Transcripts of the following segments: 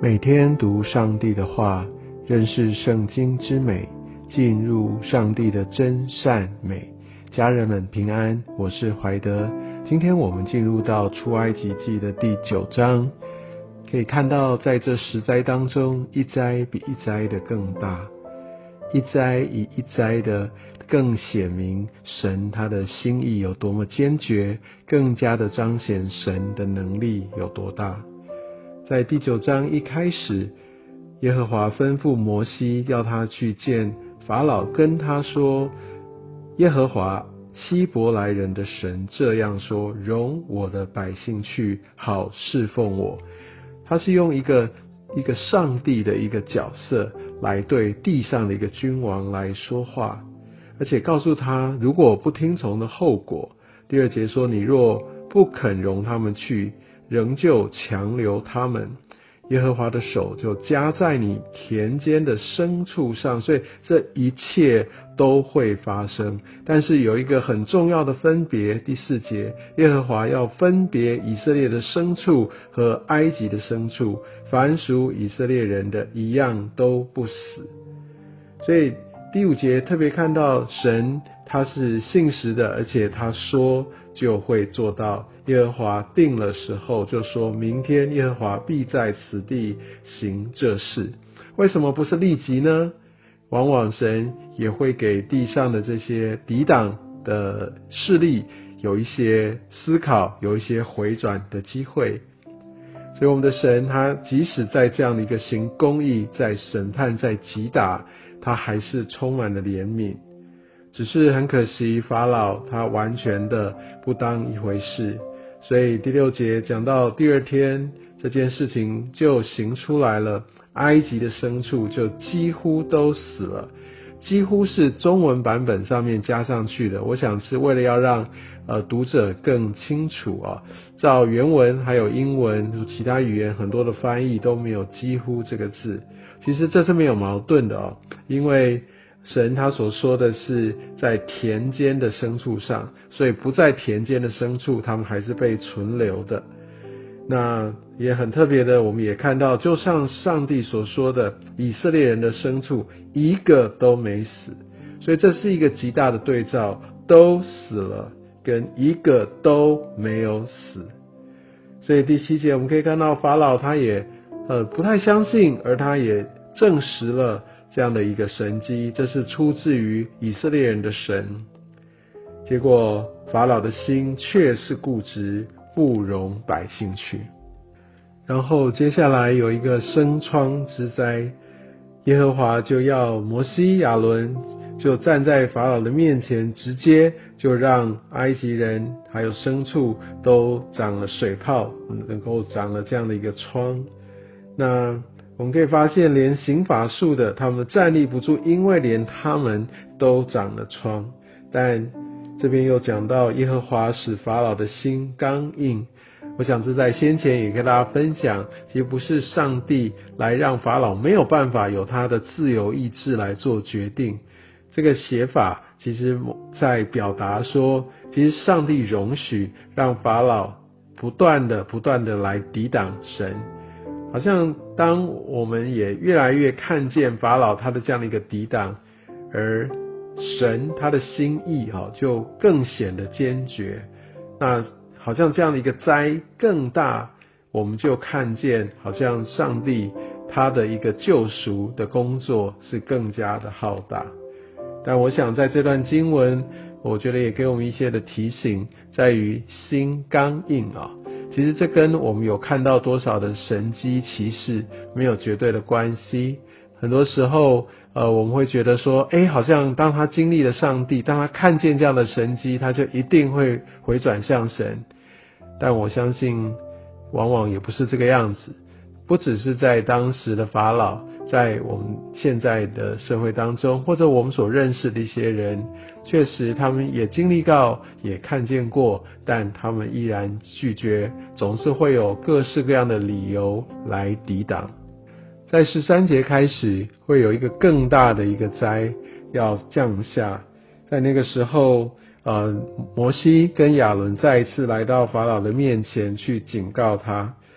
每天读上帝的话，认识圣经之美，进入上帝的真善美。家人们平安，我是怀德。今天我们进入到出埃及记的第9章，可以看到在这10灾当中，一灾比一灾的更大，一灾比一灾的更显明神他的心意有多么坚决，更加的彰显神的能力有多大。在第9章一开始，耶和华吩咐摩西要他去见法老，跟他说，耶和华希伯来人的神这样说，容我的百姓去，好侍奉我。他是用一个上帝的一个角色来对地上的一个君王来说话，而且告诉他如果不听从的后果。第2节说，你若不肯容他们去，仍旧强留他们，耶和华的手就加在你田间的牲畜上。所以这一切都会发生，但是有一个很重要的分别。第4节，耶和华要分别以色列的牲畜和埃及的牲畜，凡属以色列人的一样都不死。所以第5节特别看到神他是信实的，而且他说就会做到。耶和华定了时候，就说明天耶和华必在此地行这事。为什么不是立即呢？往往神也会给地上的这些抵挡的势力有一些思考，有一些回转的机会。所以我们的神他即使在这样的一个行公义，在审判，在击打，他还是充满了怜悯。只是很可惜，法老他完全的不当一回事。所以第6节讲到第2天，这件事情就行出来了，埃及的牲畜就几乎都死了。几乎是中文版本上面加上去的，我想是为了要让读者更清楚啊。照原文还有英文其他语言很多的翻译都没有几乎这个字。其实这是没有矛盾的哦，因为神他所说的是在田间的牲畜上，所以不在田间的牲畜他们还是被存留的。那也很特别的，我们也看到就像上帝所说的，以色列人的牲畜一个都没死。所以这是一个极大的对照，都死了跟一个都没有死。所以第7节我们可以看到法老他也不太相信，而他也证实了这样的一个神迹，这是出自于以色列人的神。结果法老的心却是固执，不容百姓去。然后接下来有一个生疮之灾，耶和华就要摩西亚伦就站在法老的面前，直接就让埃及人还有牲畜都长了水泡，能够长了这样的一个疮。那我们可以发现，连行法术的他们站立不住，因为连他们都长了疮。但这边又讲到耶和华使法老的心刚硬。我想这在先前也跟大家分享，其实不是上帝来让法老没有办法有他的自由意志来做决定。这个写法其实在表达说，其实上帝容许让法老不断的来抵挡神。好像当我们也越来越看见法老他的这样的一个抵挡，而神他的心意就更显得坚决。那好像这样的一个灾更大，我们就看见好像上帝他的一个救赎的工作是更加的浩大。但我想在这段经文，我觉得也给我们一些的提醒，在于心刚硬其实这跟我们有看到多少的神迹奇事没有绝对的关系。很多时候我们会觉得说，好像当他经历了上帝，当他看见这样的神迹，他就一定会回转向神。但我相信往往也不是这个样子。不只是在当时的法老，在我们现在的社会当中，或者我们所认识的一些人，确实他们也经历到，也看见过，但他们依然拒绝，总是会有各式各样的理由来抵挡。在13节开始，会有一个更大的一个灾要降下。在那个时候摩西跟亚伦再一次来到法老的面前去警告他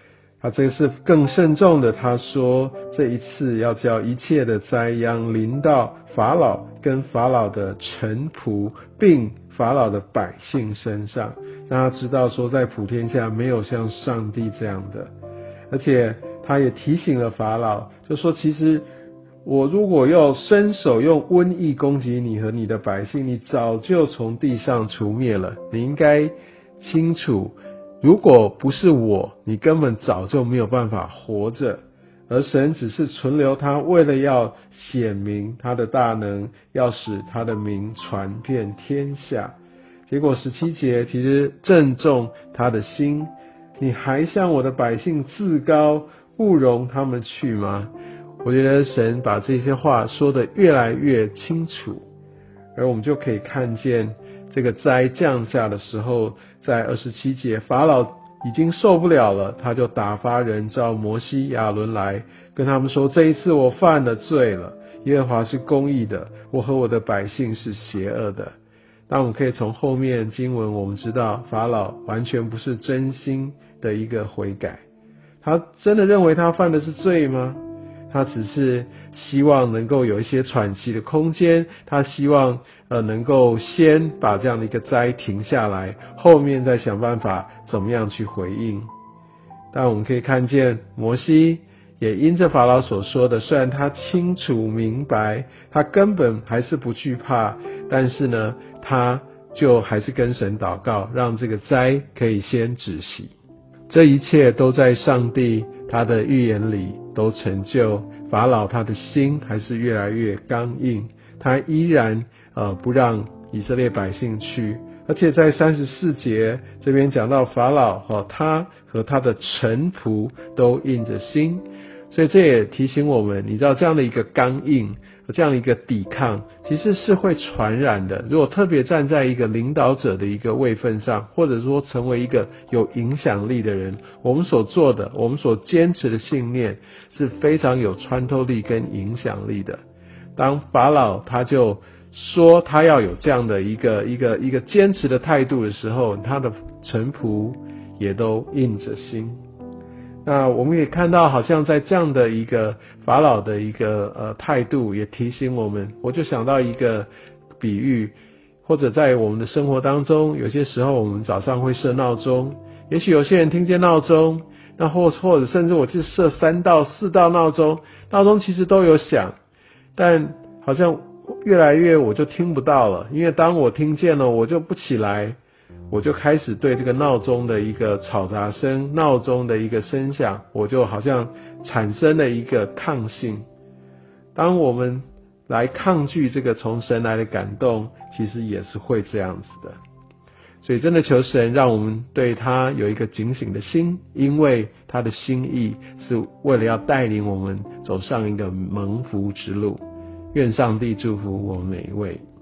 这个是更慎重的，他说这一次要叫一切的灾殃临到法老跟法老的臣仆并法老的百姓身上，让他知道说在普天下没有像上帝这样的。而且他也提醒了法老，就说其实我如果要伸手用瘟疫攻击你和你的百姓，你早就从地上除灭了。你应该清楚，如果不是我，你根本早就没有办法活着。而神只是存留他，为了要显明他的大能，要使他的名传遍天下。结果17节其实正中他的心，你还向我的百姓自高，不容他们去吗？我觉得神把这些话说得越来越清楚，而我们就可以看见这个灾降下的时候，在27节，法老已经受不了了，他就打发人召摩西亚伦来，跟他们说，这一次我犯了罪了，耶和华是公义的，我和我的百姓是邪恶的。但我们可以从后面经文我们知道，法老完全不是真心的一个悔改。他真的认为他犯的是罪吗？他只是希望能够有一些喘息的空间，他希望能够先把这样的一个灾停下来，后面再想办法怎么样去回应。但我们可以看见摩西也因着法老所说的，虽然他清楚明白，他根本还是不惧怕，但是呢，他就还是跟神祷告，让这个灾可以先止息。这一切都在上帝他的预言里都成就，法老他的心还是越来越刚硬，他依然不让以色列百姓去。而且在34节这边讲到法老他和他的臣仆都硬着心，所以这也提醒我们，你知道这样的一个刚硬，这样的一个抵抗其实是会传染的。如果特别站在一个领导者的一个位分上，或者说成为一个有影响力的人，我们所做的，我们所坚持的信念是非常有穿透力跟影响力的。当法老他就说他要有这样的一个坚持的态度的时候，他的臣仆也都硬着心。那我们也看到，好像在这样的一个法老的一个态度，也提醒我们，我就想到一个比喻，或者在我们的生活当中，有些时候我们早上会设闹钟，也许有些人听见闹钟，那或者甚至我去设3到4道闹钟，闹钟其实都有响，但好像越来越我就听不到了，因为当我听见了，我就不起来，我就开始对这个闹钟的一个吵杂声，闹钟的一个声响，我就好像产生了一个抗性。当我们来抗拒这个从神来的感动，其实也是会这样子的。所以真的求神让我们对他有一个警醒的心，因为他的心意是为了要带领我们走上一个蒙福之路。愿上帝祝福我们每一位。